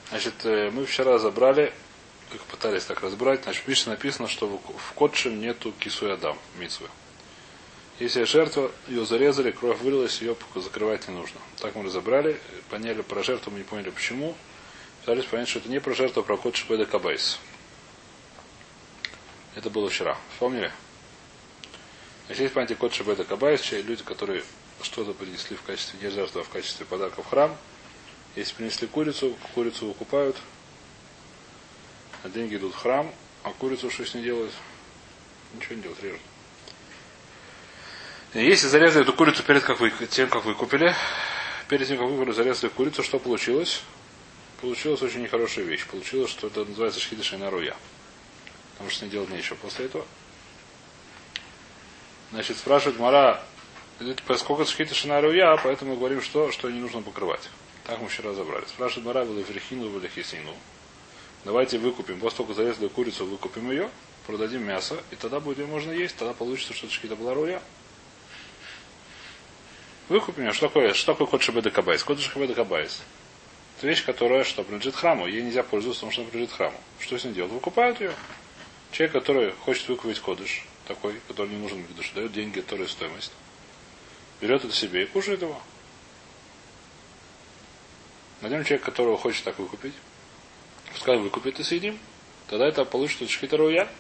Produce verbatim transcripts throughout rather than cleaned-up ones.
Значит, мы вчера разобрали, как пытались так разбирать, значит, в Мишне написано, что в Котшем нету кисуй адам, мицвы. Если жертва, ее зарезали, кровь вылилась, ее закрывать не нужно. Так мы разобрали, поняли про жертву, мы не поняли почему. Пытались понять, что это не про жертву, а про Котш Беда Кабайс. Это было вчера. Вспомнили? Значит, есть понятие Котш Беда Кабайс, люди, которые что-то принесли в качестве не жертвы, а в качестве подарка в храм. Если принесли курицу, курицу выкупают, а деньги идут в храм, а курицу что с ней делают? Ничего не делают, режут. Если зарезали эту курицу перед как вы, тем, как вы купили, перед тем, как вы зарезали курицу, что получилось? Получилась очень нехорошая вещь. Получилось, что это называется шхидыш и наруя. Потому что с ней делать нечего после этого. Значит, спрашивает Мара, поскольку это шхидыш и наруя, поэтому мы говорим, что, что не нужно покрывать. Так мы вчера разобрали. Спрашивает Мара, было ферхину, было хисину. Давайте выкупим. После того, как зарезали курицу, выкупим ее, продадим мясо, и тогда будет ее можно есть, тогда получится, что это шхида была руя. Выкупим ее. Что такое? Что такое Котш Беда Кабайс? Котш Беда Кабайс. Это вещь, которая что, принадлежит храму. Ей нельзя пользоваться, потому что она принадлежит храму. Что с ней делают? Выкупают ее. Человек, который хочет выкупить кодыш, такой, который не нужен кодыш, дает деньги, которые стоимость, берет это себе и кушает его. Найдем человека, которого хочет так выкупить. Пускай выкупит и съедим. Тогда это получится шхита руя.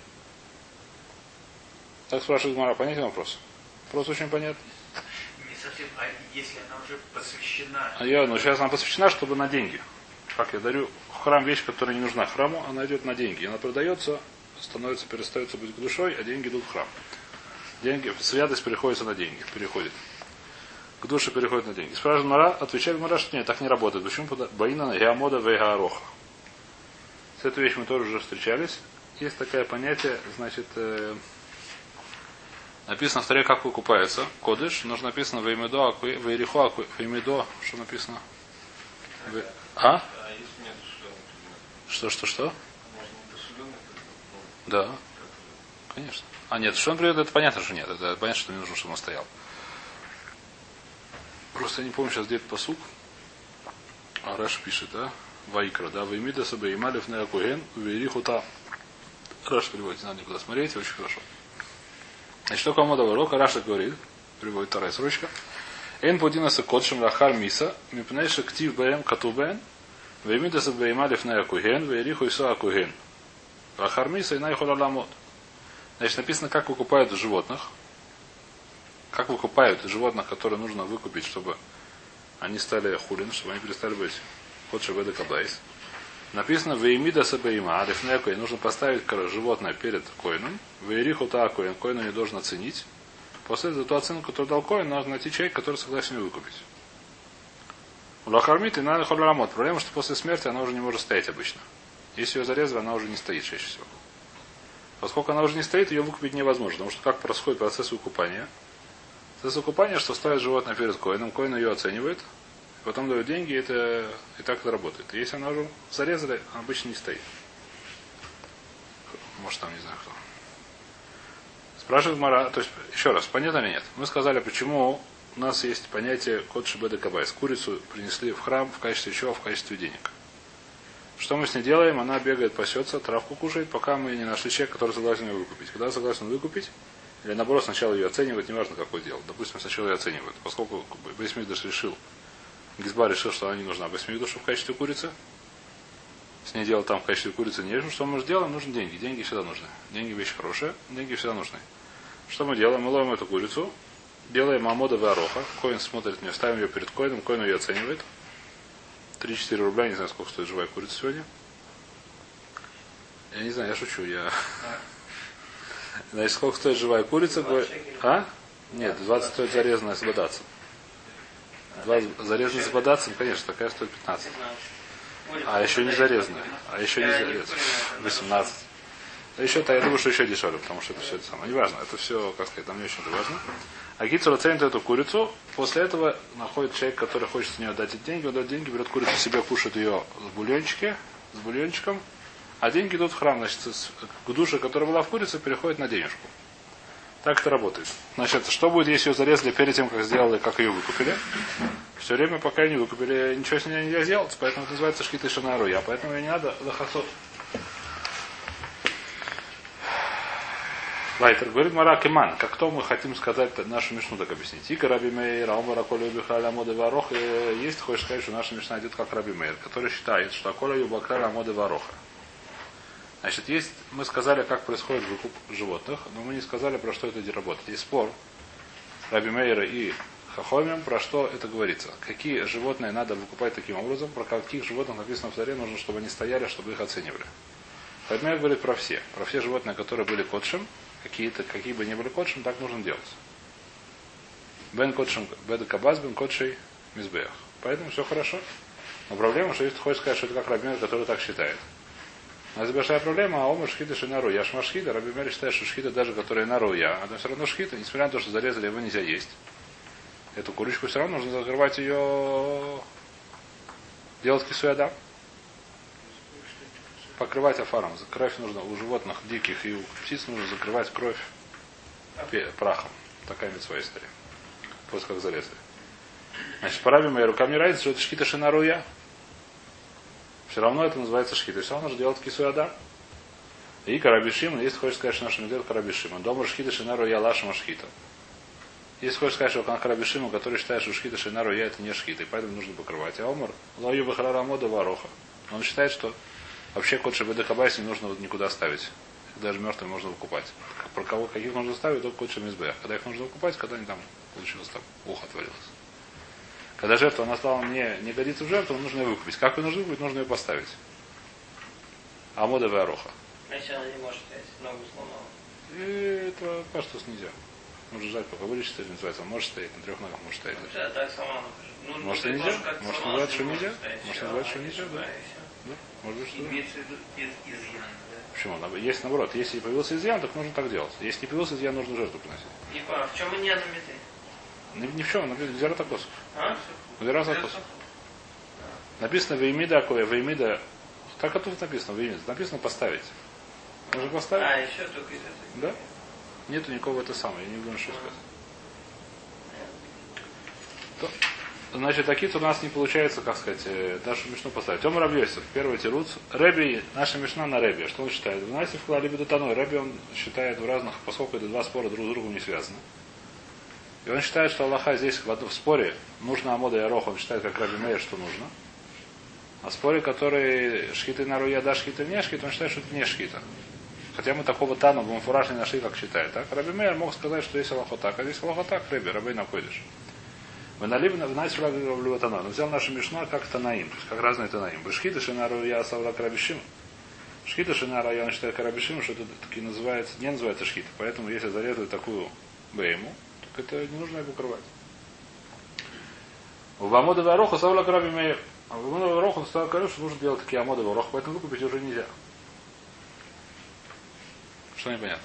Так спрашивает Мара. Понятен вопрос? Вопрос очень понятный. А если она уже посвящена? А я, ну сейчас она посвящена, чтобы на деньги. Как я дарю в храм вещь, которая не нужна храму, она идет на деньги. Она продается, становится, перестается быть душой, а деньги идут в храм. Деньги, святость переходит на деньги, переходит. К душе переходит на деньги. Спрашивает Мара, отвечает Мара, что нет, так не работает. Почему? Баина геамода вейгаароха. С этой вещью мы тоже уже встречались. Есть такое понятие, значит, э, написано в Торе, как выкупается кодыш. Нужно написано веймедо, вейрихо, веймедо, что написано? Ве... А? Что, что, что? Да. Конечно. А нет, что он придет, это понятно, что нет. Это понятно, что не нужно, чтобы он стоял. Просто я не помню сейчас, где этот пасук. А Раш пишет, да? Вайкра, да? Веймида сабе ималев на акуген, вейрихута. Раш переводит, не надо никуда смотреть, очень хорошо. Значит, что кому даварока, Раша говорит, приводит вторая срочка. Эн подинаса котшем лахар миса, мипнейша ктив бэм катубэн, веймидаса бэймалев на акуген, вейриху иса акуген. Лахар миса и найхола ламот. Значит, написано, как выкупают животных. Как выкупают животных, которые нужно выкупить, чтобы они стали хулин, чтобы они перестали быть котша беда кабайс. Написано веймида сабейма, алифнея коин. Нужно поставить животное перед коином. Вейриху та коин. Коину не должен оценить. После этого ту оценку, которую дал коин, нужно найти человека, который согласен ее выкупить. У лахармит и надо холярамот. Проблема, что после смерти она уже не может стоять обычно. Если ее зарезали, она уже не стоит чаще всего. Поскольку она уже не стоит, ее выкупить невозможно. Потому что как происходит процесс выкупания? Процесс выкупания, что ставит животное перед коином, коин ее оценивает, потом дают деньги, и, это, и так это работает. И если она уже зарезали, она обычно не стоит. Может, там не знаю кто. Спрашивает Мара, то есть, еще раз, понятно или нет? Мы сказали, почему у нас есть понятие код шибеда кабайс. Курицу принесли в храм в качестве чего? В качестве денег. Что мы с ней делаем? Она бегает, пасется, травку кушает, пока мы не нашли человека, который согласен ее выкупить. Когда согласен выкупить, или наоборот, сначала ее оценивать, неважно, какое дело. Допустим, сначала ее оценивают. Поскольку Бейсмикдаш решил, Гизба решил, что она не нужна Бейсмикдашу в качестве курицы, с ней дело там в качестве курицы не нужно. Что мы делаем? Нужны деньги. Деньги всегда нужны. Деньги вещь хорошая, деньги всегда нужны. Что мы делаем? Мы ловим эту курицу, делаем амода вароха, коин смотрит мне, ставим ее перед коином, коин ее оценивает. три-четыре рубля, не знаю, сколько стоит живая курица сегодня. Я не знаю, я шучу, я... Значит, сколько стоит живая курица? А? Нет, двадцать стоит зарезанная с бадацем. Зарезанная с бадацем, конечно, такая стоит пятнадцать. А еще не зарезанная. А еще не зарезанная. восемнадцать. А еще, я думаю, что еще дешевле, потому что это все это самое. Неважно, это все, как сказать, нам не очень важно. А Гицур оценит эту курицу, после этого находит человек, который хочет с нее дать деньги, он дает деньги, берет курицу себе, кушает ее в бульончике, с бульончиком, а деньги идут в храм, значит, к душе, которая была в курице, переходит на денежку. Так это работает. Значит, что будет, если ее зарезали перед тем, как сделали, как ее выкупили? Все время, пока ее не выкупили, ничего с ней нельзя сделать. Поэтому это называется шхита шана руя. Поэтому ее не надо лохасот. Вайтер говорит Мара Кеман, как то мы хотим сказать нашу мишну так объяснить. Ика Раби Мейр, Аумара Коля Юбихаля Амоды Вароха. Есть, хочешь сказать, что наша мишна идет как Раби Мейр, который считает, что Коля Юбахаля Амоды Вароха. Значит, есть, мы сказали, как происходит выкуп животных, но мы не сказали, про что это работает. Есть спор Раби Мейра и Хахомим, про что это говорится. Какие животные надо выкупать таким образом, про каких животных написано в Торе, нужно, чтобы они стояли, чтобы их оценивали. Раби Мейр говорит про все. Про все животные, которые были кодшем, какие-то, какие бы ни были кодшем, так нужно делать. Бен кодшем, беда кабаз, бен кодшей мизбех. Поэтому все хорошо. Но проблема, что если ты хочешь сказать, что это как Раби Мейр, который так считает. У нас большая проблема, а омар шхита шинару. Я шмашхита, Раби Мейр считает, что шхита даже, которая нару я, она все равно шхита, несмотря на то, что зарезали, его нельзя есть. Эту курочку все равно нужно закрывать ее, делать кисуядам. Покрывать афаром. Кровь нужно у животных диких и у птиц нужно закрывать кровь прахом. Такая митцва история. После как зарезали. Значит, по Раби Мейру руками разница, что это шхита шинаруя. Все равно это называется шхита. Все равно нужно делать кисуядам. И Раби Шимон, если хочешь сказать, что наша медведь Раби Шимон. Дома шхита шинаруя лашма шхита. Если хочешь сказать, что как Раби Шимон, который считает, что шхита шинаруя это не шхита, и поэтому нужно покрывать. А Омар лаю бахарара мода вароха. Он считает, что вообще кот шебеда кабайс не нужно никуда ставить. Их даже мертвым можно выкупать. Про кого, каких нужно ставить, только кот шемизбех. Когда их нужно выкупать, когда они там получилось там, ухо отвалилось. Когда жертва она стала не, не годится в жертву, нужно ее выкупить. Как ее нужно выкупить, нужно ее поставить. Амода и ароха. Если она не может стоять, ногу сломала. И это кажется, что нельзя. Нужно ждать, пока вылечится, это называется. Он может стоять, на трех ногах может стоять. Да, так сломала. Ну, может и нельзя? Может называть, что нельзя? Может называть, что нельзя, да? Да? Может быть, что да. Имеется в виду без изъяна, да? Почему? Если наоборот, если появился изъян, так нужно так делать. Если не появился изъян, нужно жертву приносить. Не понял, в чем и не на меты? Ни, ни в чем, написано Зера Такосов. А? Зера Такосов. Написано Веймида Акоя, Веймида. Так и тут написано, Веймида. Написано поставить. Нужно поставить? А, еще только из этого. Да? Нету никакого это самое, я не думаю, что сказать. То, значит, такие-то у нас не получается, как сказать, нашу мишну поставить. Омар Рав Йосеф, первый тируц. Реби, наша мишна на Реби. Что он считает? В Насе вклали бедутаной. Реби он считает в разных, поскольку это два спора друг с другом не связаны. И он считает, что Аллаха здесь в одном споре нужно Амода и Арох, он считает, как Раби Мейр, что нужно. А в споре, который шхиты на руя, да, шхиты не шхит, он считает, что это не шхита. Хотя мы такого тану в Муфураж не нашли, как считает. Так? Раби Мейр мог сказать, что есть Аллаха так, а здесь Аллаха так, Реби, Рабей находишь. Мы налили в Насе вклали Тана. Он взял нашу мишну как Танаим, то есть как разные Танаим. Шхита шинару я савлак Рабишим. Шхита шинара я он считает Рабишим, что это таки называется, не называется шхита. Поэтому если зарезать такую бейму, так это не нужно его покрывать. В Амода Вароха савлак Раби Мейр. А в Амода Вароха он сказал, что нужно делать такие Амода Вароха, поэтому выкупить уже нельзя. Что непонятно?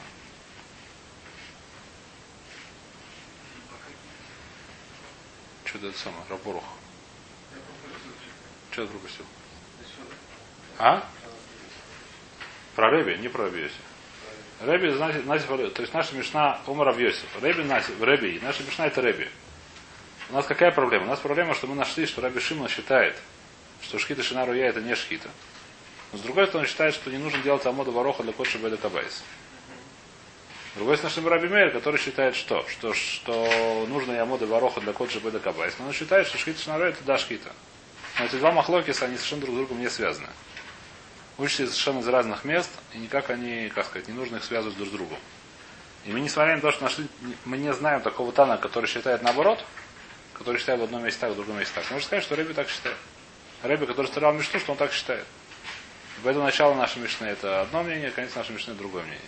Что это самое? Рапорух. Что ты пропустил? А? Про Реби, не про Раби Йосеф. Реби, значит, то есть наша мишна Омар Рав Йосеф. Реби, Реби, наша мишна это Реби. У нас какая проблема? У нас проблема, что мы нашли, что Раби Шимон считает, что шхита шинару я это не шхита. Но с другой стороны, он считает, что не нужно делать Амода Вароха для Кодши Беда Кабайс. С другой стороны, Раби Мейр, который считает, что, что, что нужно Ямода Вароха для Кодши Беда Кабайс. Но он считает, что шхита шинару это да шхита. Но эти два махлокиса, они совершенно друг с другом не связаны. Учатся совершенно из разных мест, и никак они, как сказать, не нужно их связывать друг с другом. И мы, несмотря на то, что нашли, мы не знаем такого Тана, который считает наоборот, который считает в одном месте так, в другом месте так. Можно сказать, что Реби так считает. Реби, который стрелял мишну, что он так считает. Поэтому начало нашей мишны это одно мнение, конец нашей мишны другое мнение.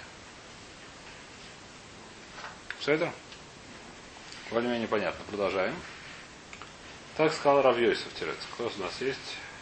Все это? Более-менее понятно. Продолжаем. Так сказал Рав Йосеф Терец. Кто у нас есть?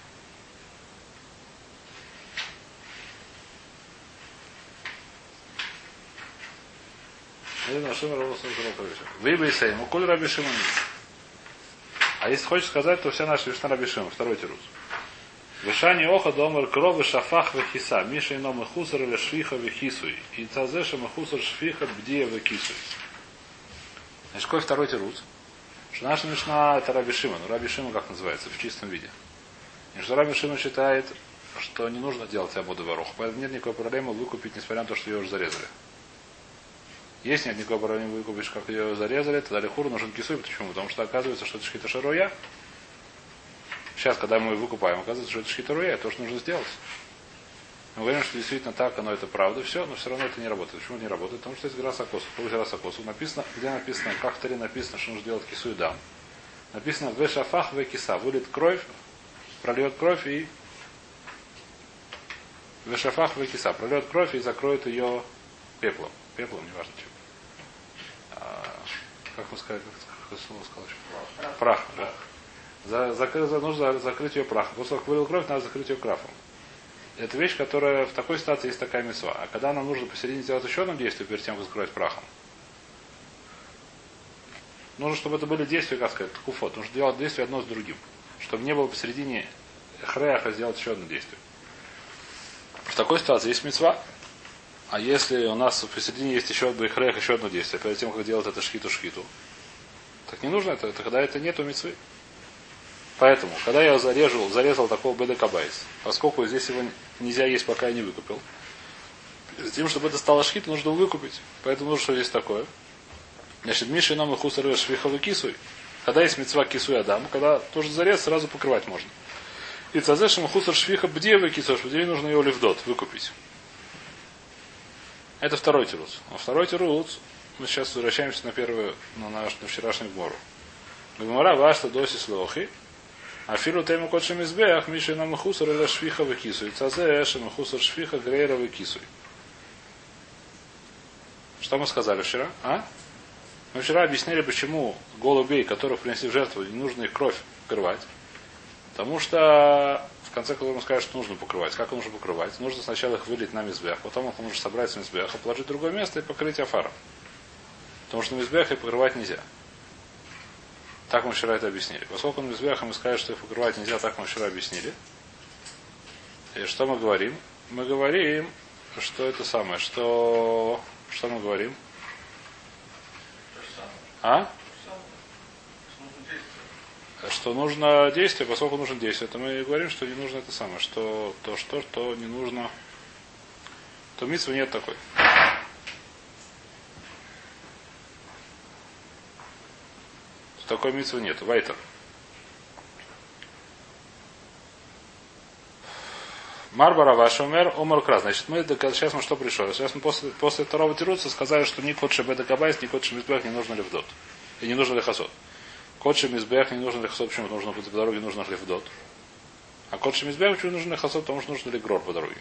Выбей сейм. У коль Раби Шимон. А если хочешь сказать, то вся наша мишна Раби Шимон. Второй тирус. Вешани оха домар кровы шафах вехиса. Миша ином и хусар или швиха вехисуй. И цазеша махусар швиха бдия вехисуй. Значит, какой второй тирус? Что наша Мишна это Раби Шимон. Ну, Раби Шимон как называется? В чистом виде. И что Раби Шимон считает, что не нужно делать Абуду Варух. Поэтому нет никакой проблемы выкупить, несмотря на то, что ее уже зарезали. Если нет никакой проблемы выкупить, как ее зарезали, тогда лихур нужен кисуй. Почему? Потому что оказывается, что это шхита шаруя. Сейчас, когда мы ее выкупаем, оказывается, что это шхита шаруя, то, что нужно сделать. Мы говорим, что действительно так, оно это правда, все, но все равно это не работает. Почему это не работает? Потому что есть грасакосу. Какой грасакосу? Написано, где написано, как в Таре написано, что нужно делать кису и дам. Написано в шафах в киса. Вылет кровь, прольет кровь и в шафах в киса. Прольет кровь и закроет ее пеплом. Пеплом, неважно чем. А, как вы сказали, как слово сказал? Прах. Прах, да. За, закрыть, нужно закрыть ее прахом. После того, как вылил кровь, надо закрыть ее крафом. Это вещь, которая в такой ситуации есть такая мисва. А когда нам нужно посередине сделать еще одно действие, перед тем, как закрыть прахом, нужно, чтобы это были действия, как сказать, куфот. Нужно делать действие одно с другим. Чтобы не было посередине хреаха сделать еще одно действие. В такой ситуации есть мисва. А если у нас посередине есть еще одно хреах, еще одно действие, перед тем, как делать это шхиту-шхиту, так не нужно это, тогда это нету мисвы. Поэтому, когда я зарежу, зарезал такого бедекабайс, поскольку здесь его нельзя есть, пока я не выкупил, с тем, чтобы это стало шхит, нужно выкупить. Поэтому нужно, что здесь такое. Значит, Миша нам и хусар швиховый кисуй. Когда есть мецва кисуй адам, когда тоже зарез, сразу покрывать можно. И цазешем хусар швиха бдеевый кисуй, бдеевый нужно его левдот, выкупить. Это второй тирус. А второй тирус, мы сейчас возвращаемся на первую, на наш, на вчерашний гмору. Гмора вашта доси слохи. Афилу тему кодшим избех, Миша нам хусар или швиха выкисуй. Цазешем хусар швиха грейра выкисуй. Что мы сказали вчера? А? Мы вчера объяснили, почему голубей, которых принесли в жертву, не нужно их кровь покрывать. Потому что в конце концов мы сказали, что нужно покрывать. Как нужно покрывать? Нужно сначала их вылить на мизбех, потом их нужно собрать с мизбеха, положить в другое место и покрыть афаром. Потому что на мизбех их покрывать нельзя. Так мы вчера это объяснили. Поскольку на мизбеха мы сказали, что их покрывать нельзя, так мы вчера объяснили. И что мы говорим? Мы говорим, что это самое, что... Что мы говорим? А? Что нужно действие, поскольку нужно действие, то мы говорим, что не нужно это самое, что то, что, то не нужно, то митцвы нет такой. Такой митцвы нет. Вайтер. Марбара Вашумер, Омар Крас. Значит, мы сейчас мы что пришло? Сейчас мы после, после второго тируца сказали, что ни кот шебеда кабайс, ни кот шемизбех не нужно левдот. И не нужно лехасот. Кот шемизбех не нужно лехасот, почему? Потому что по дороге нужно левдот. А кот шемизбех почему нужно лехасот? Потому что нужно легрор по дороге.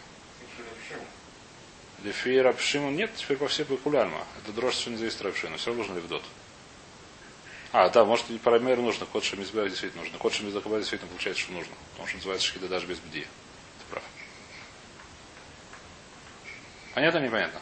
Лефи рабшимон нет, теперь по всей популярно. Это дрожь, что не зависит от рабшина. Все нужно левдот. А, да, может и парамер нужно, кот шемизбех действительно нужно. Кот шемизбех кабайс действительно получается, что нужно. Потому что называется шхида даже без бди. Ты прав. Понятно или непонятно?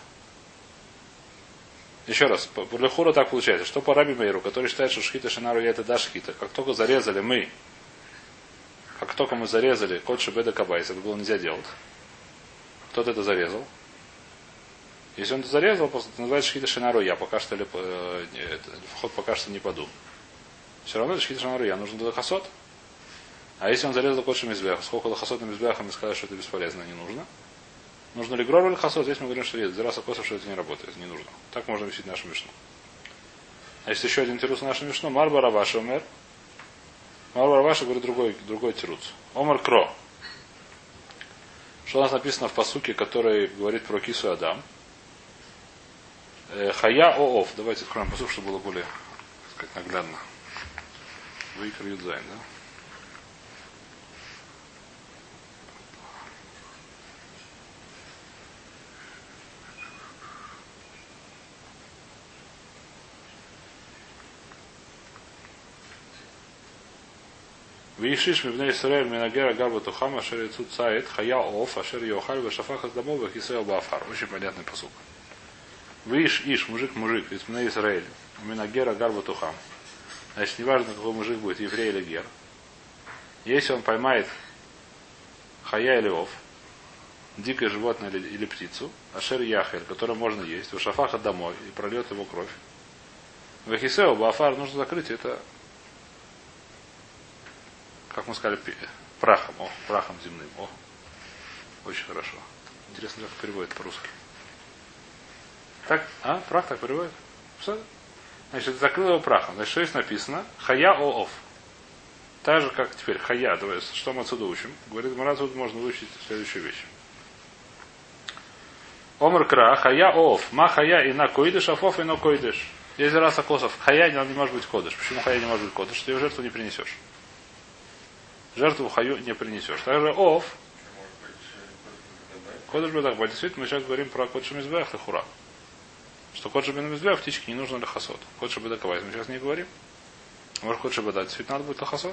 Еще раз, по Лехуру так получается, что по Раби Мейру, который считает, что шхита шинару это да шхита, как только зарезали мы, как только мы зарезали кот шебеда кабайс, это было нельзя делать. Кто-то это зарезал. Если он это зарезал, просто это называется шхита шинару я, пока что ли, вход пока что не паду. Все равно это шхита шинару я, нужно лахасот. А если он зарезал кот шемизбех, сколько лахасот на мизбеха, мы сказали, что это бесполезно, не нужно. Нужно ли грор или хасот? Здесь мы говорим, что есть. Зераса косов, что это не работает, не нужно. Так можно объяснить нашу мишну. А если еще один тирус на нашу мишну, Марба Раваша умер. Марба Раваша говорит другой, другой тирус. Омар Кро. Что у нас написано в пасуке, который говорит про кису и Адам. Хая Ооф. Давайте откроем пасук, чтобы было более, так сказать, наглядно. Выкр Юдзайн, да? Вишиш мивней Исраэль минагера гарба тухама ашер яцут цаит хая оф ашер йохаль вешафах из домов вехисейл бафар. Очень понятный посук. Виш иш мужик мужик из мивней Исраэль минагера гарба тухам. Значит, неважно какой мужик будет, еврей или гер. Если он поймает хая или ов, дикое животное или, или птицу, ашер яхель, которое можно есть, вышафаха домой и прольет его кровь. Вахисео, бафар нужно закрыть это, как мы сказали, прахом, о, прахом земным. О, очень хорошо. Интересно, как переводит по-русски. Так, а, прах так переводит? Что? Значит, закрыл его прахом. Значит, что здесь написано? Хая о ов. Так же, как теперь хая. Давай, что мы отсюда учим? Говорит, Мара, тут можно выучить следующую вещь. Омр кра, хая о ов. Ма хая и на койдыш, афов и на койдыш. Если раз акосов, хая не может быть кодыш. Почему хая не может быть кодыш? Ты жертву не принесешь. Жертву хаю не принесешь. Также ов. Кодыш бедакбай. Действительно, мы сейчас говорим про кодыш мизбех лехура. Что кодыш мизбех птички не нужно лехасот. Кодыш бедакбай мы сейчас не говорим. Может, кодыш бедак действительно надо будет лехасот.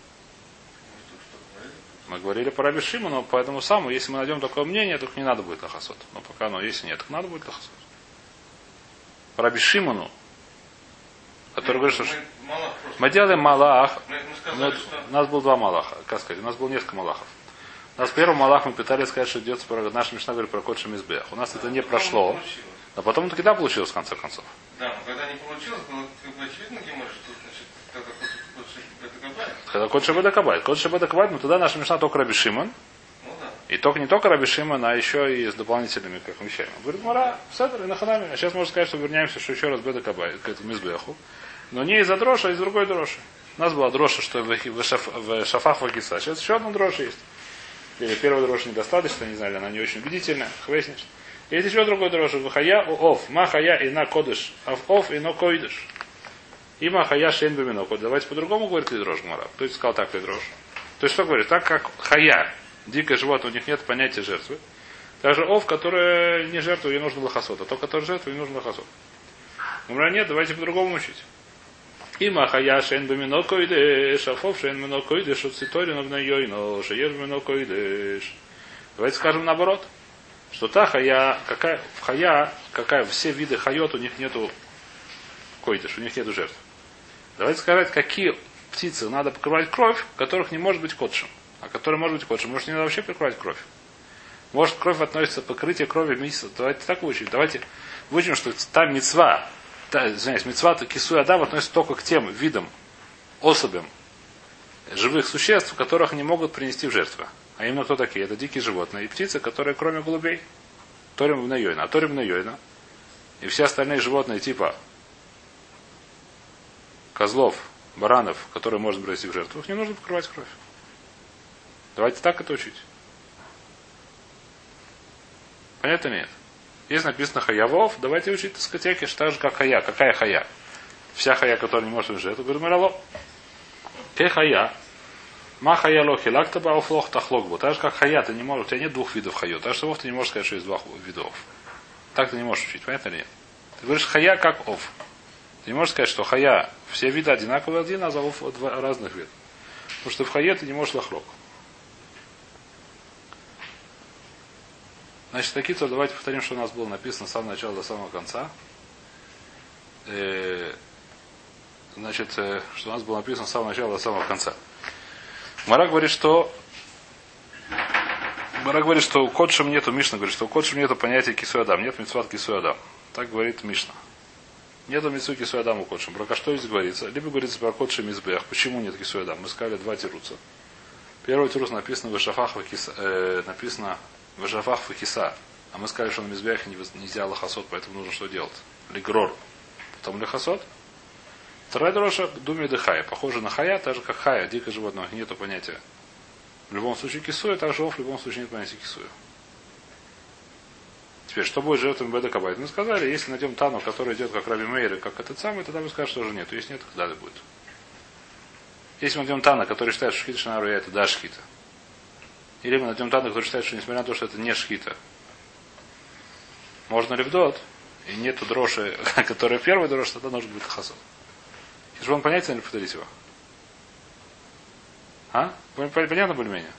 Мы говорили про Раби Шимону, поэтому самому, если мы найдем такое мнение, то не надо будет лехасот. Но пока оно, если нет, так надо будет лехасот. По Раби Шимону, который говорит, что мы делаем малах. Мы, у нас было два малаха, как сказать, у нас было несколько малахов. У нас первый малах мы пытались сказать, что идет про наша Мишна говорит про кодши мизбех. У нас да, это не прошло. А потом таки да получилось в конце концов. Да, но когда не получилось, было очевидно, Гемор, что значит, тогда кодши бедакабайт. Когда кодши бедакабайт. Кодши бедакабайт, но тогда наша Мишна только Раби Шимон. Ну, да. И только не только Раби Шимон, а еще и с дополнительными как вещами. Говорит, Мара, Седр и Наханами. А сейчас можно сказать, что вернемся, что еще раз бедакабайт к этому мизбеху. Но не из-за дроша, а из другой дроши. У нас была дроша, что в шафах вагиса. Сейчас еще одна дроша есть. Или первая дроша недостаточно, не знаю, она не очень убедительная. Хвестнешь. Есть еще другой дрожь. Вахая ов. Махая и на кодыш. Ав ов и но койдыш. И махая шейн бамино. Давайте по-другому говорит ли дрожь Гмара. Кто это сказал так ли дрожь? То есть что говорит? Так как хая, дикое животное, у них нет понятия жертвы. Даже ов, которая не жертва, ей нужно лохосот. А то, который жертва, ей нужно лохосот. Гмара нет, давайте по-другому учить. И махая шейн бамино койдыш. Ав ов шейн бамино койдыш. От ситорина в найойно. Шееш бамино койдыш. Давайте скажем наоборот. Что та хая, какая, в хая, какая, все виды хайот, у них нету койдыш, у них нету жертв. Давайте сказать, какие птицы надо покрывать кровь, которых не может быть кодшем. А которые может быть кодшем. Может, не надо вообще покрывать кровь. Может, кровь относится к покрытию крови мисса. Давайте так выучим. Давайте выучим, что та мицва, та, извиняюсь, мицва кисуй адам относится только к тем видам, особям живых существ, которых не могут принести в жертву. А именно кто такие? Это дикие животные и птицы, которые кроме голубей. Торим на йойна. А торим на йойна. И все остальные животные типа козлов, баранов, которые можно бросить в жертву, их не нужно покрывать кровь. Давайте так это учить. Понятно нет? Здесь написано хаявов, давайте учить дискотеки, так же как хая. Какая хая? Вся хая, которая не может быть в жертву. Говорит, мэрало. Кей хая. Ма хая лохи лактаба уфлох тахлогбу. Так же как хая, ты не можешь, у тебя нет двух видов хайот. Так что вов ты не можешь сказать, что есть два видов. Так ты не можешь учить, понятно или нет? Ты говоришь хая как ов. Ты не можешь сказать, что хая, все виды одинаковые один, а за ов два разных видов. Потому что в хае ты не можешь лохлок. Значит, такие то давайте повторим, что у нас было написано с самого начала до самого конца. Э, значит, э, что у нас было написано с самого начала до самого конца. Мара говорит, что Мара говорит, что у Кодшем нету, Мишна говорит, что у Кодшем нету понятия кисуй адам, нет митцват кисуй адам. Так говорит Мишна. Нету митцвы кисуй адам у Кодшем. Про что здесь говорится? Либо говорится про Кодшем мизбех. Почему нет кисуй адам? Мы сказали два тируца. Первый тирус написано в Шафах э, написано в Шафах Фахиса. А мы сказали, что на мизбех нельзя лохосот, поэтому нужно что делать? Лигрор. Потом лохосот. Вторая дроша думи дыхая. Похоже на хая, так же как хая, дикое животное, нету понятия. В любом случае кисуя, так же в любом случае нет понятия кисуя. Теперь, что будет жертвами беда кабайт? Мы сказали, если найдем тану, который идет как Раби Мейер, как этот самый, тогда мы скажем, что уже нет. Если нет, тогда будет. Если мы найдем тана, который считает, что шхита шнаруя, это да шхита. Или мы найдем тана, который считает, что несмотря на то, что это не шхита, можно ли вдот, и нету дроши, которая первая дрожь, тогда нужно будет хасот. Чтобы вам понятно или повторить его? А? Понятно более-менее?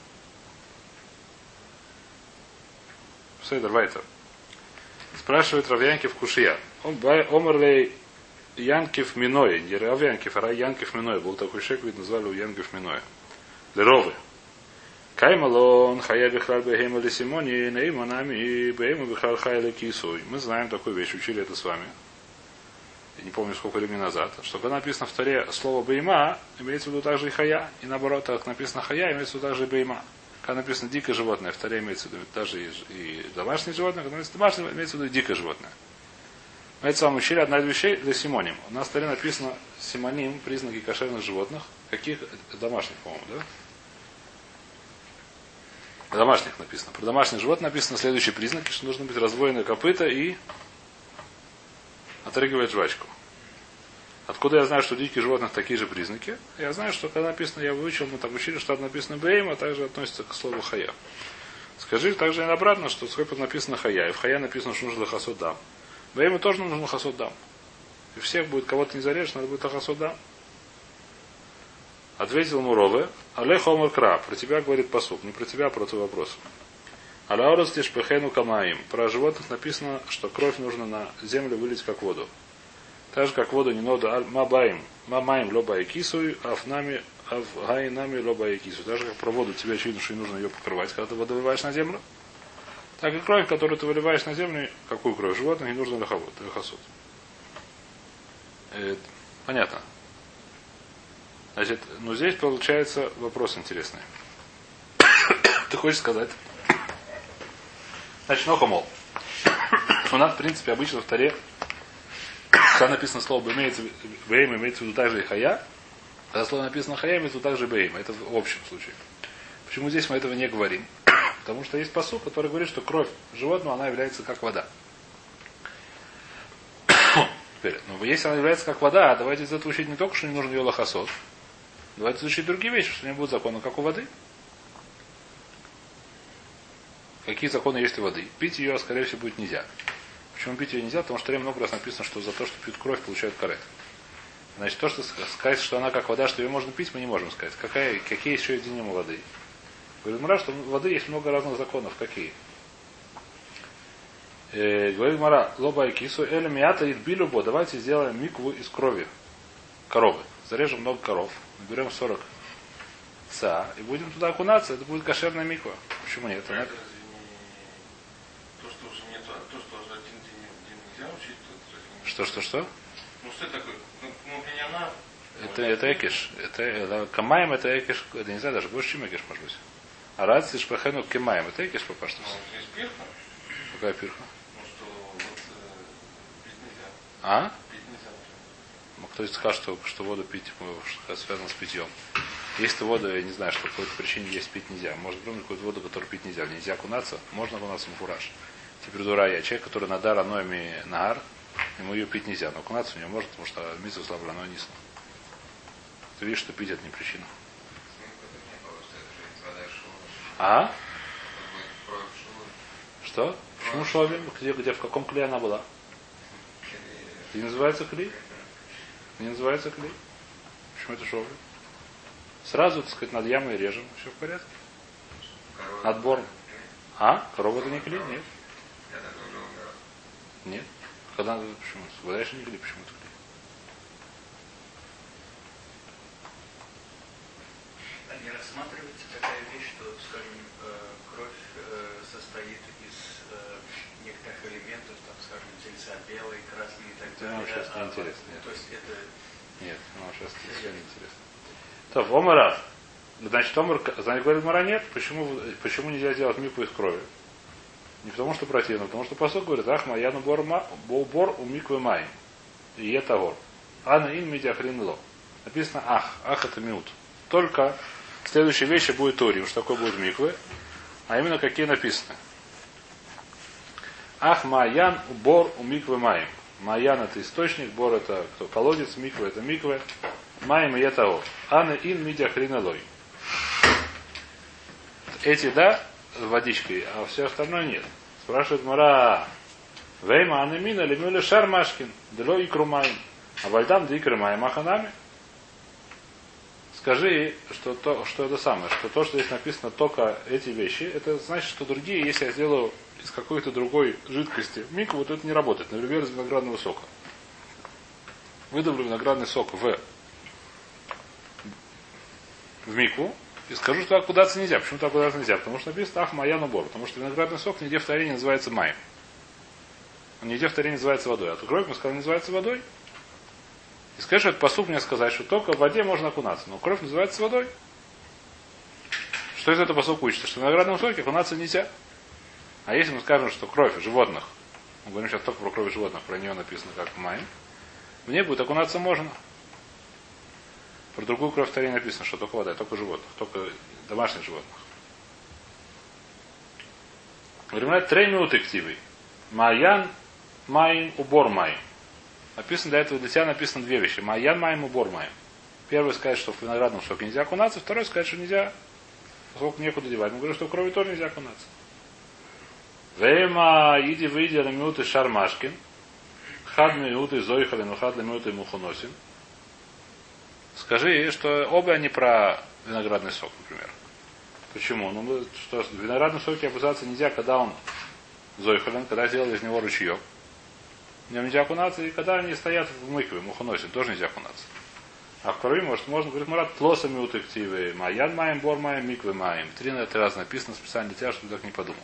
Сейдер Вайтер. Спрашивает Рав Янкив Кушия. Омерлей Янкив Миной. Не Рав Янкив, а Янкив Миной. Был такой шек, видно, назвали у Янкив Миной. Леровы. Каймалон, хая бихлаль бехема лисимони, наима нами, бехема бихлаль хая лекисуй. Мы знаем такую вещь, учили это с вами. Я не помню, сколько времени назад. Что когда написано в Торе слово бейма, имеется в виду также и хая. И наоборот, как написано хая, имеется в виду также и бейма. Когда написано дикое животное, в Торе имеется в виду даже и, и домашнее животное, когда написано домашнее, имеется в виду дикое животное. Мы это с вами учили одна из вещей для симоним. У нас в Торе написано симоним, признаки кошерных животных. Каких? Домашних, по-моему, да? Про домашних написано. Про домашних животных написано следующие признаки, что нужно быть раздвоенное копыта и отрыгивать жвачку. Откуда я знаю, что у диких животных такие же признаки? Я знаю, что когда написано, я выучил, мы так учили, что написано бейм, а также относится к слову хая. Скажи также обратно, что сколько написано хая. И в хая написано, что нужно лахасот дам. Бейму тоже нужно лахасот дам. И всех будет, кого-то не зарежешь, надо будет лахасот дам. Ответил Мурове, Алех Омар Кра, про тебя говорит пасук, не про тебя, а про твой вопрос. Аляурус тишпехену камаим. Про животных написано, что кровь нужно на землю вылить как воду. Так же, как воду не надо мабаим, мамаим лоба и кисуй, а в нами, а в гайнами лоба и кисуй. Так же, как про воду тебе очевидно, что не нужно ее покрывать, когда ты воду выливаешь на землю. Так и кровь, которую ты выливаешь на землю, какую кровь животных, не нужно лоховод, лохосот. Э, понятно. Значит, ну здесь получается вопрос интересный. Ты хочешь сказать? Значит, нохомол. У нас, в принципе, обычно в Торе, когда написано слово бейм, имеется в виду также и хая. Когда слово написано хая, имеется в виду также бейм. Это в общем случае. Почему здесь мы этого не говорим? Потому что есть пасук, который говорит, что кровь животного, она является как вода. Теперь, ну, если она является как вода, давайте из этого учить не только, что не нужно ее лохосот. Давайте изучить другие вещи, что не будут законы, как у воды. Какие законы есть у воды? Пить ее, скорее всего, будет нельзя. Почему пить ее нельзя? Потому что в много раз написано, что за то, что пьют кровь, получают карет. Значит, то, что сказать, что она как вода, что ее можно пить, мы не можем сказать. Какая, какие еще единима воды? Говорит Мара, что у воды есть много разных законов. Какие? Э, говорит Мара, лоба и кису, эле мията и билюбо, давайте сделаем микву из крови коровы. Зарежем много коров, наберем сорок ца и будем туда окунаться, это будет кошерная миква. Почему нет? Она... То, что уже нет, то, что уже один день, день нельзя учить, то Что, что, что? Ну что это такое? Ну, ну она... Это, это экиш. Это, это, камаем это экиш, это не знаю даже, больше, чем экиш, может быть. А раци шпахену кемаем, это экиш пока что. Ну, есть пирха. Какая пирха? Ну что, вот, э, пить нельзя. А? Пить нельзя. Кто-то скажет, что, что воду пить связано с питьем. Если воду, я не знаю, что по какой-то причине есть пить нельзя. Может быть, какую-то воду, которую пить нельзя. Нельзя окунаться, можно окунаться в мухураж. Температура я. Человек, который надар аноми нагар, ему ее пить нельзя. Но окунаться в нее может, потому что митсва слабла, но низко. Ты видишь, что пить это не причина. А? Что? Почему шовим? Где, где, в каком клее она была? Это не называется клей? Не называется клей? Почему это шовим? Сразу, так сказать, над ямой режем. Все в порядке. Отбор. А? Корова это не клей? Нет. Нет. Когда, почему? Вода еще не клей, почему это клей? А не рассматривается такая вещь, что, скажем, кровь состоит из некоторых элементов, там, скажем, тельца белый, красный и так далее. Ну, сейчас не интересно. Нет. То есть это... Нет, ну, сейчас это не интересно. Так, омарав. Значит, омар, значит, говорит Мара, нет. Почему, почему нельзя делать микву из крови? Не потому что противно, потому что посуд говорит, ах, маяну бор, бор у миквы май. И это гор. Ана ин медиахрин ло. Написано ах. Ах это миут. Только следующая вещь будет торим, что такое будет миквы. А именно какие написаны. Ах, маян бор у миквы маем. Маян это источник, бор это кто? Колодец, миквы это миквы. Маем и это гор. Ана ин медиахрин лой. Эти, да, водичкой, а все остальное нет. Спрашивает Мара, вейма анемина лемюля шармашкин, дело и крумаем. А вальдам да и крымаем аханами. Скажи, что, то, что это самое, что то, что здесь написано только эти вещи, это значит, что другие, если я сделаю из какой-то другой жидкости микву, то это не работает. Например, из виноградного сока. Выдавлю виноградный сок в, в микву, И скажу, что окунаться нельзя. Почему так окунаться нельзя? Потому что написано ах моя набор. Потому что виноградный сок нигде в Торе не называется маем. Он нигде в Торе не называется водой. А тут кровь мы сказали, называется водой. И скажешь, что этот посуд мне сказать, что только в воде можно окунаться. Но кровь называется водой. Что из этого посуд учится? Что в виноградном соке окунаться нельзя. А если мы скажем, что кровь животных, мы говорим сейчас только про кровь животных, про нее написано как маем, в ней будет окунаться можно. Про другую кровь в Торе написано, что только вода, только животных, только домашних животных. Говорим, три минуты активы. Маян, маим, убор маим. Написано для этого, для тебя написано две вещи. Маян, маим, убор маим. Первый сказать, что в виноградном соке нельзя окунаться, второй сказать, что нельзя, поскольку некуда девать. Мы говорим, что в крови тоже нельзя окунаться. Вейма, иди, выйди, на минуты шармашкин. Хад минуты зойхалин, хад минуты мухоносин. Скажи, что оба они про виноградный сок, например. Почему? Ну, что в виноградном соке опускаться нельзя, когда он зойхалин, когда сделали из него ручеек. В нем нельзя окунаться, и когда они стоят в мыкве, мухоносин, тоже нельзя окунаться. А в крови, может, можно говорить, Марат, тлоса миутективы, маян маем, бор маем, миквы маем. Три на это раз написано специально для тебя, чтобы ты так не подумал.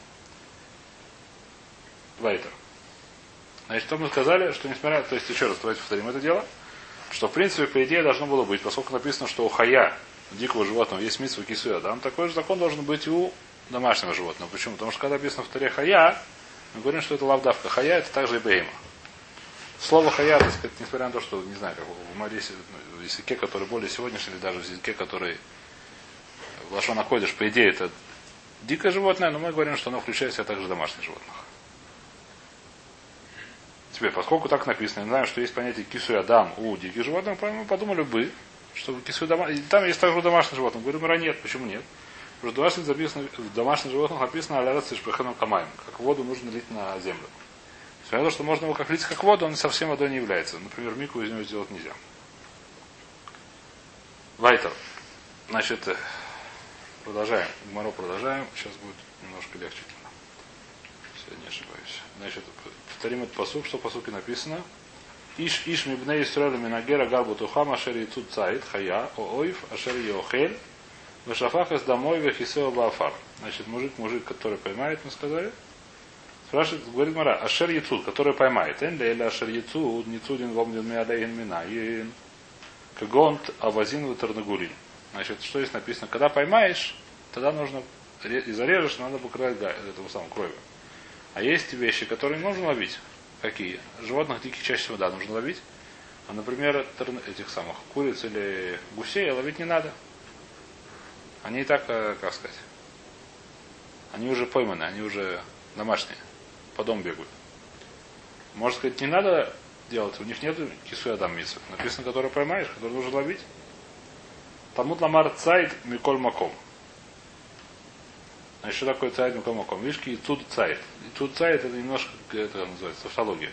Вайтер. Значит, что мы сказали, что несмотря, то есть еще раз давайте повторим это дело, что в принципе по идее должно было быть, поскольку написано, что у хая, дикого животного, есть митсва кисуя, да, такой же закон должен быть и у домашнего животного. Почему? Потому что когда написано в Торе хая, мы говорим, что это лавдавка. Хая это также и бейма. Слово хая, так сказать, несмотря на то, что, не знаю, как в Марисе, в языке, который более сегодняшний, или даже в языке, который в Лашон находишь, по идее, это дикое животное, но мы говорим, что оно включает в себя также домашних животных. Теперь, поскольку так написано, я знаю, что есть понятие кису и адам у диких животных, мы подумали бы, что кису и дома... там есть также у домашних животных. Говорим, ра нет, почему нет? Потому что домашних записано, в домашних животных написано алярац и шпеханом камаем, как воду нужно лить на землю. Несмотря на то, что можно его как лить как воду, он совсем водой не является. Например, мику из него сделать нельзя. Вайтер. Значит, продолжаем. Гмаро продолжаем. Сейчас будет немножко легче. Если я не ошибаюсь. Значит, повторим этот посук, что в посуке написано. Иш иш мибней Исраэль минагера гарбу тухам ашер яцут цаит хая оойв ашер йохель вешафах из домой вехисео баафар. Значит, мужик, мужик, который поймает, мы сказали. Спрашивает, говорит Мара, ашер яцут, который поймает. Эн или ашер яцут, ницудин вомнин миалейн минаин кагонт авазин ватернагулин. Значит, что здесь написано? Когда поймаешь, тогда нужно, и зарежешь, надо покрывать этому самому кровью. А есть вещи, которые можно ловить. Какие? Животных диких чаще всего, да, нужно ловить. А, например, этих самых куриц или гусей ловить не надо. Они и так, как сказать, они уже пойманы, они уже домашние. По дому бегают. Можно сказать, не надо делать, у них нет кису и адам митцвы. Написано, который поймаешь, который нужно ловить. Тамут ламар цайд миколь маком. Значит, что такое цайд миколь маком? Видишь, и тут цайд. И тут цайд это немножко, это называется, тавтология.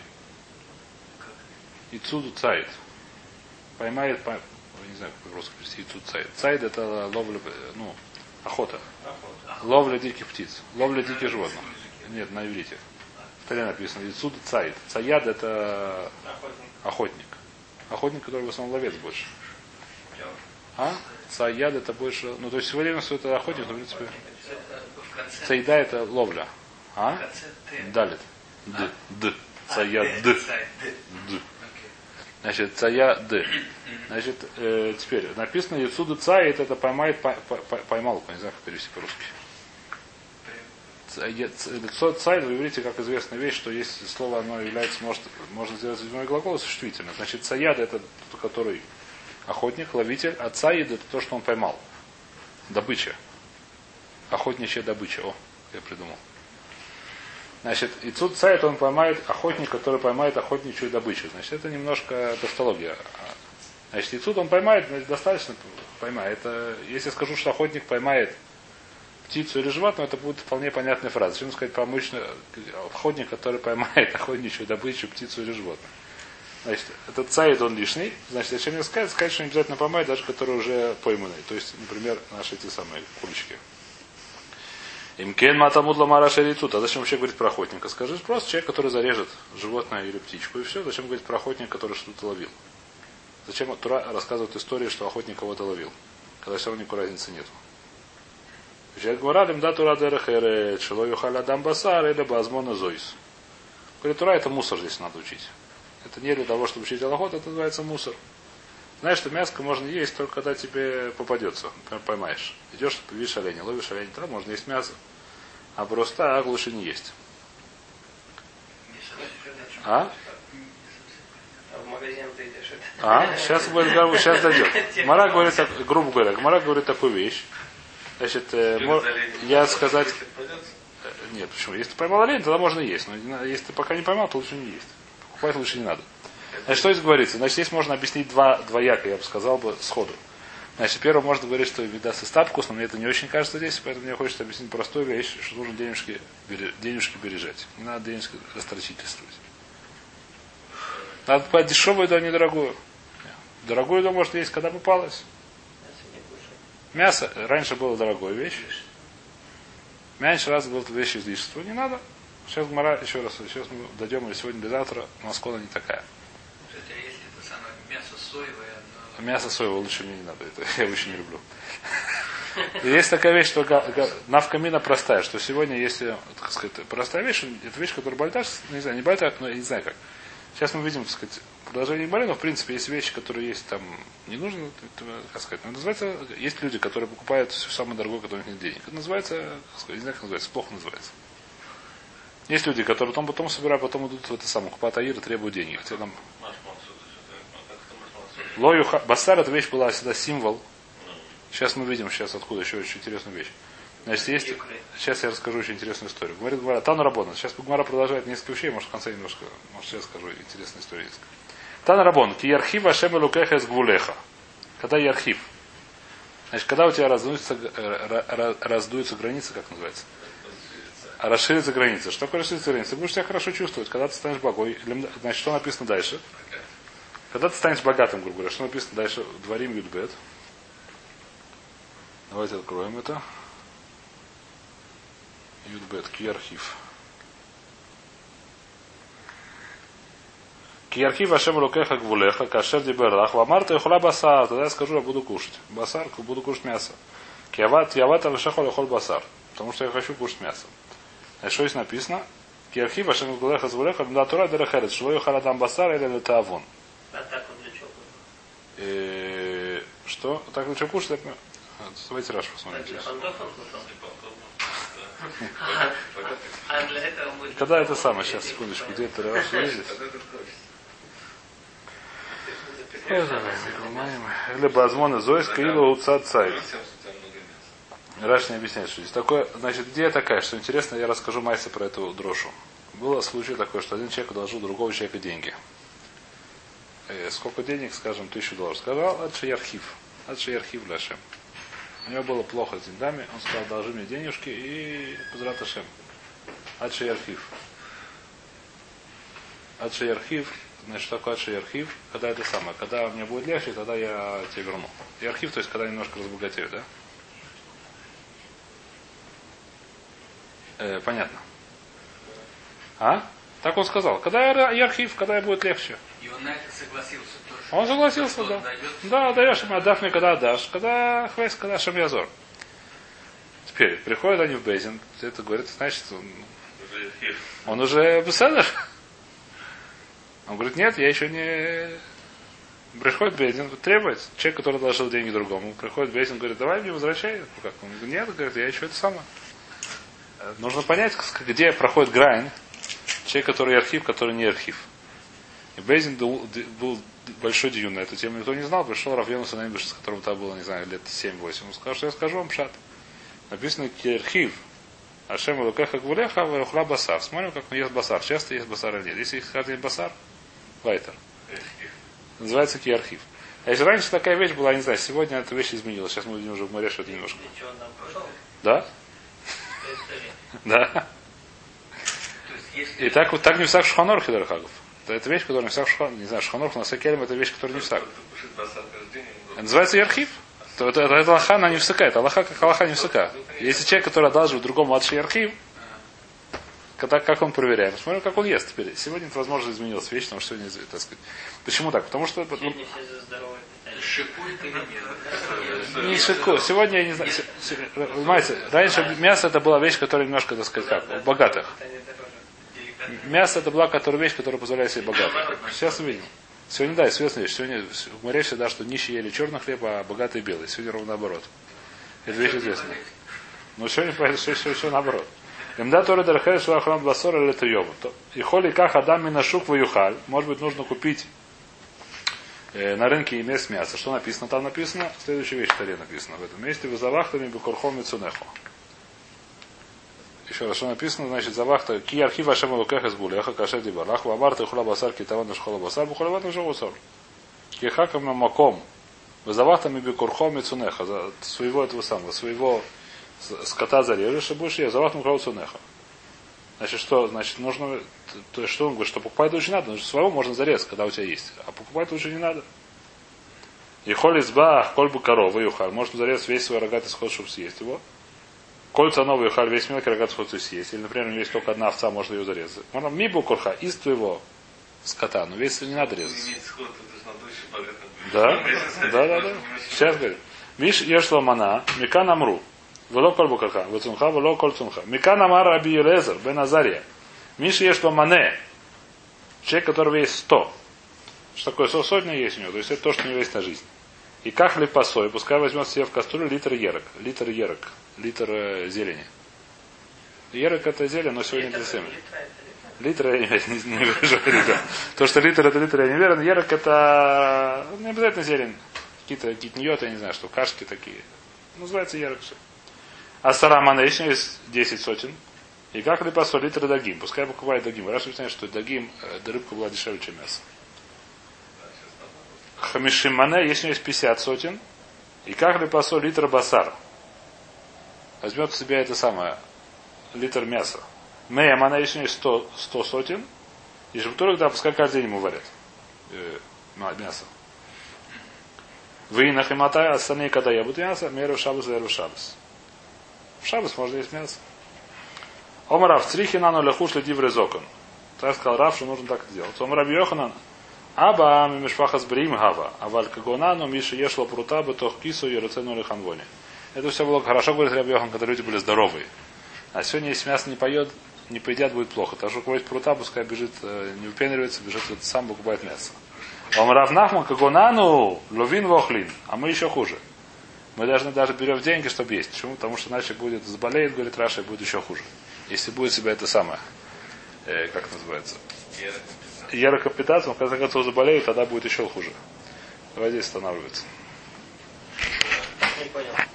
И тут цайд. Поймает, по... не знаю, как по-русски перевести, и тут цайд. Цайд это ловля, ну, охота. Ловля диких птиц. Ловля диких животных. Нет, на иврите. В Торе написано, и тут цайд. Цаяд это охотник. Охотник, который в основном ловец больше. А? Цаяд это больше. Ну, то есть сегодня это охотник, но в принципе. Цайда это ловля. А? Далит. Д. Д. Цаяд. Д. Д. Значит, цаяд. Д. Значит, э, теперь написано Яцуда цайд это поймает, поймал, не знаю, как перевести по-русски. Лицо цайд, вы видите, как известная вещь, что если слово оно является, может, можно сделать седьмой глагол существительно. Значит, цаяд это тот, который охотник, ловитель, а цаид это то, что он поймал. Добыча. Охотничья добыча. О, я придумал. Значит, и тут цаид он поймает охотник, который поймает охотничью добычу. Значит, это немножко тавтология. Значит, и тут он поймает, значит, достаточно поймает. Это, если я скажу, что охотник поймает птицу или животное, это будет вполне понятная фраза. Чем сказать помощный охотник, который поймает охотничью добычу, птицу или животное. Значит, этот цаид он лишний. Значит, зачем мне сказать? Сказать, что не обязательно поймать, даже которые уже пойманы. То есть, например, наши эти самые курочки. Имкен матамудла мараша ритут. А зачем вообще говорить про охотника? Скажи просто человек, который зарежет животное или птичку. И все. Зачем говорить про охотника, который что-то ловил? Зачем Тура рассказывает историю, что охотник кого-то ловил? Когда все равно никакой разницы нету. Сейчас говорим, да, тура дерехере, человек халя дамбасар или базмона зойс. Говорит, тура это мусор здесь надо учить. Это не для того, чтобы учить алахот, это называется мусор. Знаешь, что мяско можно есть только когда тебе попадется, например, поймаешь. Идешь, видишь оленя, ловишь оленя, тогда можно есть мясо. А просто так лучше не есть. А? А в магазин ты идешь. А? Сейчас будет, сейчас дойдет. Гмара говорит, так, грубо говоря, Гмара говорит такую вещь. Значит, э, мо, я сказать... Нет, почему? Если ты поймал олень, тогда можно есть. Но если ты пока не поймал, то лучше не есть. Покупать лучше не надо. Значит, что здесь говорится? Значит, здесь можно объяснить два, двояко, я бы сказал бы, сходу. Значит, первое, можно говорить, что вида сестапкус, но мне это не очень кажется здесь, поэтому мне хочется объяснить простую вещь, что нужно денежки, денежки бережать. Не надо денежки растратительствовать. Надо покупать дешевую еду, а не дорогую. Дорогую еду может есть, когда попалось. Мясо раньше было дорогой вещь. Меньше раз было вещь излишества. Не надо. Сейчас Гмара, еще раз, сейчас мы дойдем, или сегодня, или завтра, но скола не такая. Кстати, если это самое мясо соевое, но... Мясо соевое лучше мне не надо. Это я очень не люблю. И есть такая вещь, что навкамина простая, что сегодня, если, так сказать, простая вещь, это вещь, которая бальтаж, не знаю, не бальтаж, но я не знаю как. Сейчас мы видим, так сказать, продолжение Гмары, но в принципе есть вещи, которые есть там не нужно, как сказать. Но называется, есть люди, которые покупают все самое дорогое, которое у них нет денег. Это называется, как сказать, не знаю, как называется, плохо называется. Есть люди, которые потом, потом собирают, потом идут в это самое, купат аир и требуют денег. Хотя там... Лою басар, эта вещь была всегда символ. Сейчас мы видим, сейчас откуда еще очень интересную вещь. Значит, есть... Сейчас я расскажу очень интересную историю. Говорит Гмара, Тану Рабона. Сейчас Гмара продолжает несколько вещей, может в конце немножко, может сейчас скажу интересную историю. Тану Рабон, ки ярхив ашем элукеха из гвулеха. Когда ярхив. Значит, когда у тебя раздуются, раздуются границы, как называется? А расширится граница. Что такое расширится граница? Ты будешь себя хорошо чувствовать, когда ты станешь богой. Значит, что написано дальше? Когда ты станешь богатым, грубо говоря, что написано дальше? Дворим Юдбет. Давайте откроем это. Юдбет, Киархив. Киархив Ашем Рукеха Гвулеха, Кашер Диберлах, Вамарта и Хула Басар. Тогда я скажу, я буду кушать. Басар, буду кушать мясо. Киават, Яват Авшахол и Хол Басар. Потому что я хочу кушать мясо. А что здесь написано? Киархив Ашем Гвулеха Гвулеха, Мдатура Дерехерет, Шлою Харадам Басар или Летавон. А так он для чего? Что? Так лучше кушать? Давайте Рашу посмотрим. А для этого мы... Когда это самое? Сейчас, секундочку. Где это Раша ездит? Или Базмон и Зойска, или Уцат Цайт. Раш не объясняет, что здесь. Такое, значит, идея такая, что интересно, я расскажу Майсе про эту дрошу. Было случай такой, что один человек одолжил другого человека деньги. Э, сколько денег, скажем, тысячу долларов. Сказал, Адши Ярхив. Адши Ярхив Лашем. У него было плохо с деньгами, он сказал, должи мне денежки и Пазрат Ашем. Адши Ярхив. Адши Ярхив, значит, что такое Адши Ярхив? Когда это самое, когда мне будет легче, тогда я тебе верну. Ярхив, то есть, когда я немножко разбогатею, да? Э, понятно. А? Так он сказал. Когда я, я архив, когда я будет легче. И он на это согласился тоже. Он согласился, да. Да, даешь ему, отдав мне, когда отдашь. Когда хвест, когда шамьязор. Теперь, приходят они в Бейзин, это говорит, значит, он, он уже беседер. Он говорит, нет, я еще не... Приходит Бейзин, требует. Человек, который должил деньги другому, приходит Бейзин, говорит, давай мне возвращай. Как? Он говорит, нет, говорит, я еще это самое. Нужно понять, где проходит грань. Человек, который архив, который не архив. И Бейзин был большой дьюн на эту тему, никто не знал. Пришел Рафьену Санаймбиш, с которым там было, не знаю, лет семь-восемь. Он сказал, что я скажу вам пшат. Написано Киархив. Ашем Лукеха Гвулеха, Варухла Басар. Смотрим, как он ест басар. Часто ест басар или нет. Если их каждый басар, вайтер. Называется Киархив. А если раньше такая вещь была, я не знаю, сегодня эта вещь изменилась. Сейчас мы видим уже в море что-то немножко. Да? Да. И так вот так не всак Шханор Хидерхагов. Это вещь, которая не всак Шханор. Не знаю, Шханор на Сакелем это вещь, которая не всак. Это называется Ярхив. То это, это, это лоха, она не всыка. Это лоха, как лоха не всыка. Если человек, который одалживает другому Адши Ярхив, когда, как он проверяем. Смотрим, как он ест теперь. Сегодня это, возможно, изменилась вещь, потому что сегодня, так сказать. Почему так? Потому что... Шикует или нет? Не шику. Сегодня я не знаю. Понимаете, раньше мясо это была вещь, которая немножко, так сказать, как, у богатых. Мясо это была которая вещь, которая позволяет себе богатых. Сейчас увидим. Сегодня, да, известная вещь. Сегодня в море всегда, что нищие ели черный хлеб, а богатые белый. Сегодня ровно наоборот. Это вещь известная. Но сегодня все, все, все наоборот. Имда Тора Дархай Шуахрам Басора или Триёва. И холи как Адам Минашук Ваюхаль. Может быть, нужно купить э, на рынке и мест мяса. Что написано? Там написано, следующая вещь в Торе написана в этом месте. Вы завахтами бекурхом и цунехо. Еще раз, что написано, значит, завахта ки архив Ашем Лукех из Булеха, Кашер Дибалах, Вамарта Хула Басар, Китаван Шхола Басар, Бухолеват Жавусор. Кихакам Маком. Вы завахтами бекурхом и цунеха. Своего этого самого, своего скота зарежешь и будешь есть. Завахтам Крау Цунеха. Значит, что? Значит, нужно. То есть, что он говорит, что покупать лучше не надо. Значит, своего можно зарезать, когда у тебя есть. А покупать лучше не надо. И холь избах, коль бы корова и ухаль. Можно зарезать весь свой рогатый сход, чтобы съесть его. Кольца новый ухаль, весь мелкий рогатый сход съесть. Или, например, у него есть только одна овца, можно ее зарезать. Можно мибу курха из твоего скота, но весь не надо резать. Да? Да, да, да. Сейчас говорит. Виш ешла мана, мика намру. Вело коль букаха, вецунха, вело коль цунха. Мика намар раби Елезер, бен Азария. Миш ешла мане. Человек, которого есть сто. Что такое сто? Сотня есть у него. То есть это то, что у него есть на жизнь. И как ли посой, пускай возьмет себе в кастрюлю литр ерок. Литр ерок. Литр э, зелени. Ерок это зелень, но сегодня это семя. Литр я не, не, не вижу. То, что литр это литр, я не верю. Ерок это не обязательно зелень. Какие-то китниоты, я не знаю, что кашки такие. Называется ерок все. А сарамана еще есть десять сотен. И как ли посой литр дагим. Пускай покупает дагим. Раз вы знаете, что дагим, э, рыбка была дешевле, чем мясо. Хамишимане, если у него есть пятьдесят сотен. И как ли посол литр басар. Возьмет в себя это самое. Литр мяса. Мея мана, если у него есть сто, сто сотен. И жемтурок, да, пускай каждый день ему варят. Э, мясо. Вы нахиматай, остальные, когда ебут мясо, меру шабас, веру шабас. В шабас можно есть мясо. Омарав црихинану лехуш леди в резокон. Так сказал Рав, что нужно так сделать. Омарав Йоханан. Аба мишпахас брим гава, а валькагонану миши ешло прута бы тох кису и рецену лиханвоне. Это все было хорошо, говорит Рабби Йохан, когда люди были здоровые. А сегодня, если мясо не поет, не поедят, будет плохо. Так что у кого есть прута, пускай бежит, не выпенривается, бежит, сам покупает мясо. Он равнахман кагонану ловин вохлин, а мы еще хуже. Мы должны даже берем деньги, чтобы есть. Почему? Потому что иначе будет заболеет, говорит Раша, и будет еще хуже. Если будет себя это самое, э, как называется, яроко питаться, он в конце концов заболеет, тогда будет еще хуже. Давай здесь останавливаться. Не понял.